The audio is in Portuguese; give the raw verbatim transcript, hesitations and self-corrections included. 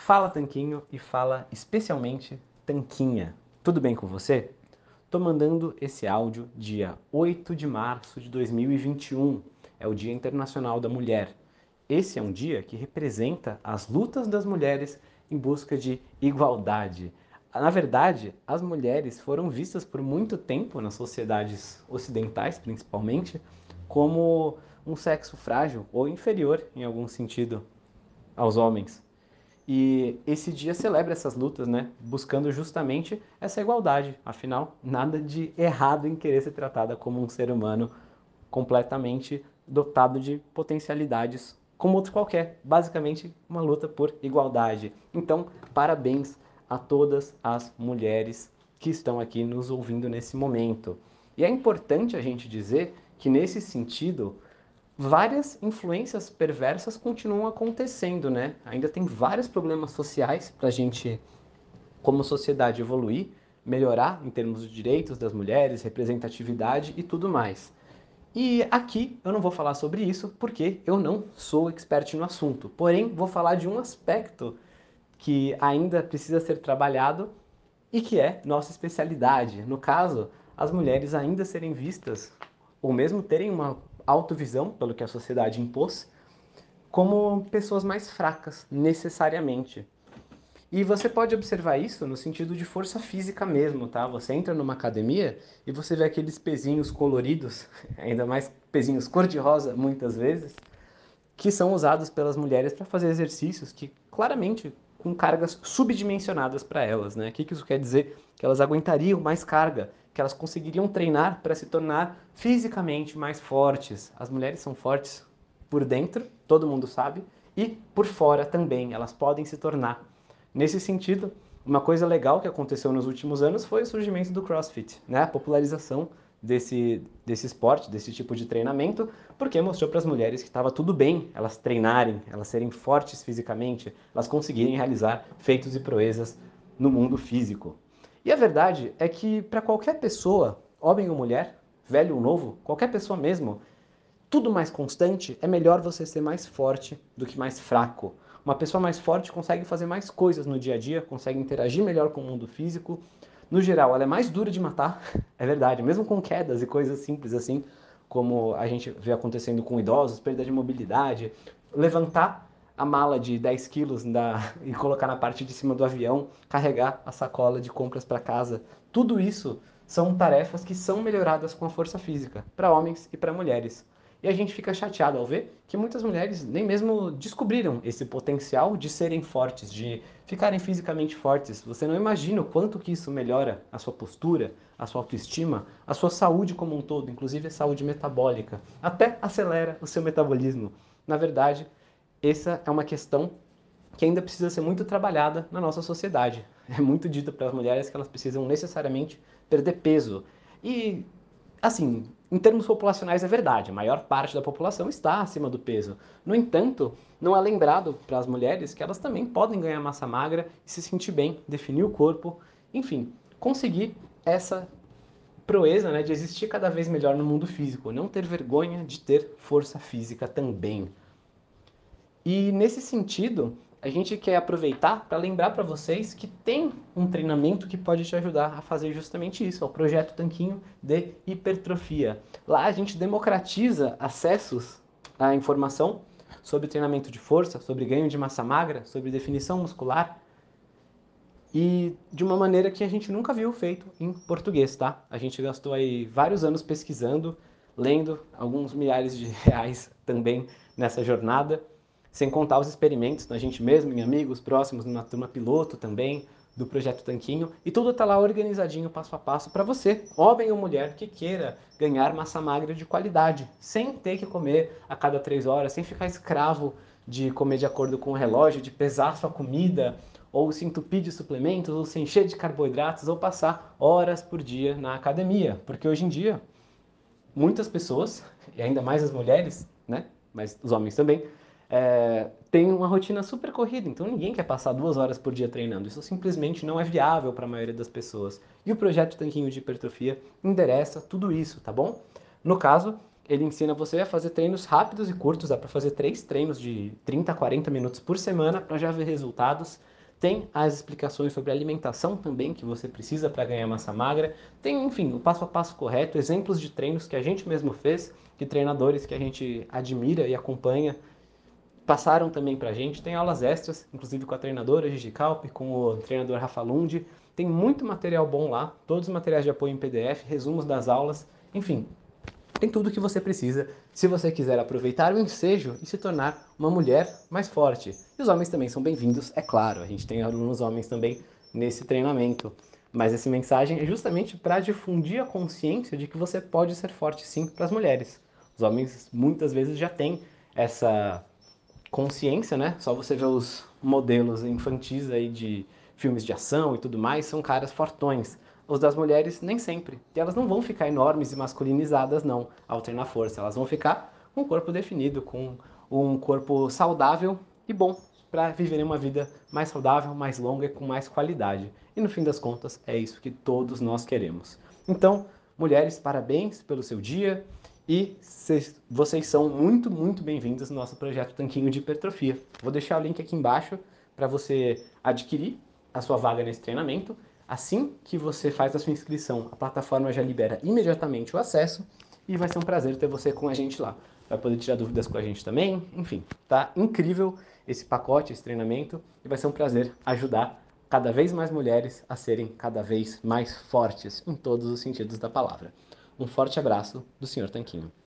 Fala Tanquinho e fala especialmente Tanquinha. Tudo bem com você? Tô mandando esse áudio dia oito de março de dois mil e vinte e um. É o Dia Internacional da Mulher. Esse é um dia que representa as lutas das mulheres em busca de igualdade. Na verdade, as mulheres foram vistas por muito tempo nas sociedades ocidentais, principalmente, como um sexo frágil ou inferior em algum sentido aos homens. E esse dia celebra essas lutas, né? Buscando justamente essa igualdade. Afinal, nada de errado em querer ser tratada como um ser humano completamente dotado de potencialidades, como outro qualquer. Basicamente, uma luta por igualdade. Então, parabéns a todas as mulheres que estão aqui nos ouvindo nesse momento. E é importante a gente dizer que, nesse sentido, várias influências perversas continuam acontecendo, né? Ainda tem vários problemas sociais para a gente, como sociedade, evoluir, melhorar em termos de direitos das mulheres, representatividade e tudo mais. E aqui eu não vou falar sobre isso porque eu não sou expert no assunto. Porém, vou falar de um aspecto que ainda precisa ser trabalhado e que é nossa especialidade. No caso, as mulheres ainda serem vistas, ou mesmo terem uma autovisão, pelo que a sociedade impôs, como pessoas mais fracas, necessariamente. E você pode observar isso no sentido de força física mesmo, tá? Você entra numa academia e você vê aqueles pezinhos coloridos, ainda mais pezinhos cor-de-rosa, muitas vezes, que são usados pelas mulheres para fazer exercícios que, claramente, com cargas subdimensionadas para elas, né? O que isso quer dizer? Que elas aguentariam mais carga, que elas conseguiriam treinar para se tornar fisicamente mais fortes. As mulheres são fortes por dentro, todo mundo sabe, e por fora também, elas podem se tornar. Nesse sentido, uma coisa legal que aconteceu nos últimos anos foi o surgimento do CrossFit, né? A popularização desse, desse esporte, desse tipo de treinamento, porque mostrou para as mulheres que estava tudo bem elas treinarem, elas serem fortes fisicamente, elas conseguirem realizar feitos e proezas no mundo físico. E a verdade é que para qualquer pessoa, homem ou mulher, velho ou novo, qualquer pessoa mesmo, tudo mais constante, é melhor você ser mais forte do que mais fraco. Uma pessoa mais forte consegue fazer mais coisas no dia a dia, consegue interagir melhor com o mundo físico. No geral, ela é mais dura de matar, é verdade, mesmo com quedas e coisas simples assim, como a gente vê acontecendo com idosos, perda de mobilidade, levantar a mala de dez quilos da, e colocar na parte de cima do avião, carregar a sacola de compras para casa. Tudo isso são tarefas que são melhoradas com a força física, para homens e para mulheres. E a gente fica chateado ao ver que muitas mulheres nem mesmo descobriram esse potencial de serem fortes, de ficarem fisicamente fortes. Você não imagina o quanto que isso melhora a sua postura, a sua autoestima, a sua saúde como um todo, inclusive a saúde metabólica. Até acelera o seu metabolismo. Na verdade, essa é uma questão que ainda precisa ser muito trabalhada na nossa sociedade. É muito dito para as mulheres que elas precisam necessariamente perder peso. E, assim, em termos populacionais é verdade, a maior parte da população está acima do peso. No entanto, não é lembrado para as mulheres que elas também podem ganhar massa magra e se sentir bem, definir o corpo, enfim, conseguir essa proeza, né, de existir cada vez melhor no mundo físico, não ter vergonha de ter força física também. E nesse sentido, a gente quer aproveitar para lembrar para vocês que tem um treinamento que pode te ajudar a fazer justamente isso, é o Projeto Tanquinho de Hipertrofia. Lá a gente democratiza acessos à informação sobre treinamento de força, sobre ganho de massa magra, sobre definição muscular, e de uma maneira que a gente nunca viu feito em português, tá? A gente gastou aí vários anos pesquisando, lendo, alguns milhares de reais também nessa jornada, sem contar os experimentos da gente mesmo, em amigos próximos, numa turma piloto também, do Projeto Tanquinho, e tudo tá lá organizadinho, passo a passo, para você, homem ou mulher, que queira ganhar massa magra de qualidade, sem ter que comer a cada três horas, sem ficar escravo de comer de acordo com o relógio, de pesar sua comida, ou se entupir de suplementos, ou se encher de carboidratos, ou passar horas por dia na academia. Porque hoje em dia, muitas pessoas, e ainda mais as mulheres, né? Mas os homens também, é, têm uma rotina super corrida, então ninguém quer passar duas horas por dia treinando. Isso simplesmente não é viável para a maioria das pessoas. E o projeto Tanquinho de Hipertrofia endereça tudo isso, tá bom? No caso, ele ensina você a fazer treinos rápidos e curtos, dá para fazer três treinos de trinta a quarenta minutos por semana para já ver resultados. Tem as explicações sobre alimentação também que você precisa para ganhar massa magra. Tem, enfim, o passo a passo correto, exemplos de treinos que a gente mesmo fez, de treinadores que a gente admira e acompanha, passaram também pra gente. Tem aulas extras, inclusive com a treinadora Gigi Calpe, com o treinador Rafa Lund. Tem muito material bom lá, todos os materiais de apoio em P D F, resumos das aulas, enfim, tem tudo o que você precisa se você quiser aproveitar o ensejo e se tornar uma mulher mais forte. E os homens também são bem-vindos, é claro, a gente tem alunos homens também nesse treinamento. Mas essa mensagem é justamente para difundir a consciência de que você pode ser forte sim para as mulheres. Os homens muitas vezes já têm essa consciência, né? Só você ver os modelos infantis aí de filmes de ação e tudo mais, são caras fortões. Os das mulheres, nem sempre. E elas não vão ficar enormes e masculinizadas, não, ao treinar força. Elas vão ficar com um corpo definido, com um corpo saudável e bom, para viverem uma vida mais saudável, mais longa e com mais qualidade. E no fim das contas, é isso que todos nós queremos. Então, mulheres, parabéns pelo seu dia. E vocês são muito, muito bem-vindos no nosso projeto Tanquinho de Hipertrofia. Vou deixar o link aqui embaixo para você adquirir a sua vaga nesse treinamento. Assim que você faz a sua inscrição, a plataforma já libera imediatamente o acesso e vai ser um prazer ter você com a gente lá. Vai poder tirar dúvidas com a gente também, enfim, tá incrível esse pacote, esse treinamento, e vai ser um prazer ajudar cada vez mais mulheres a serem cada vez mais fortes em todos os sentidos da palavra. Um forte abraço do senhor Tanquinho.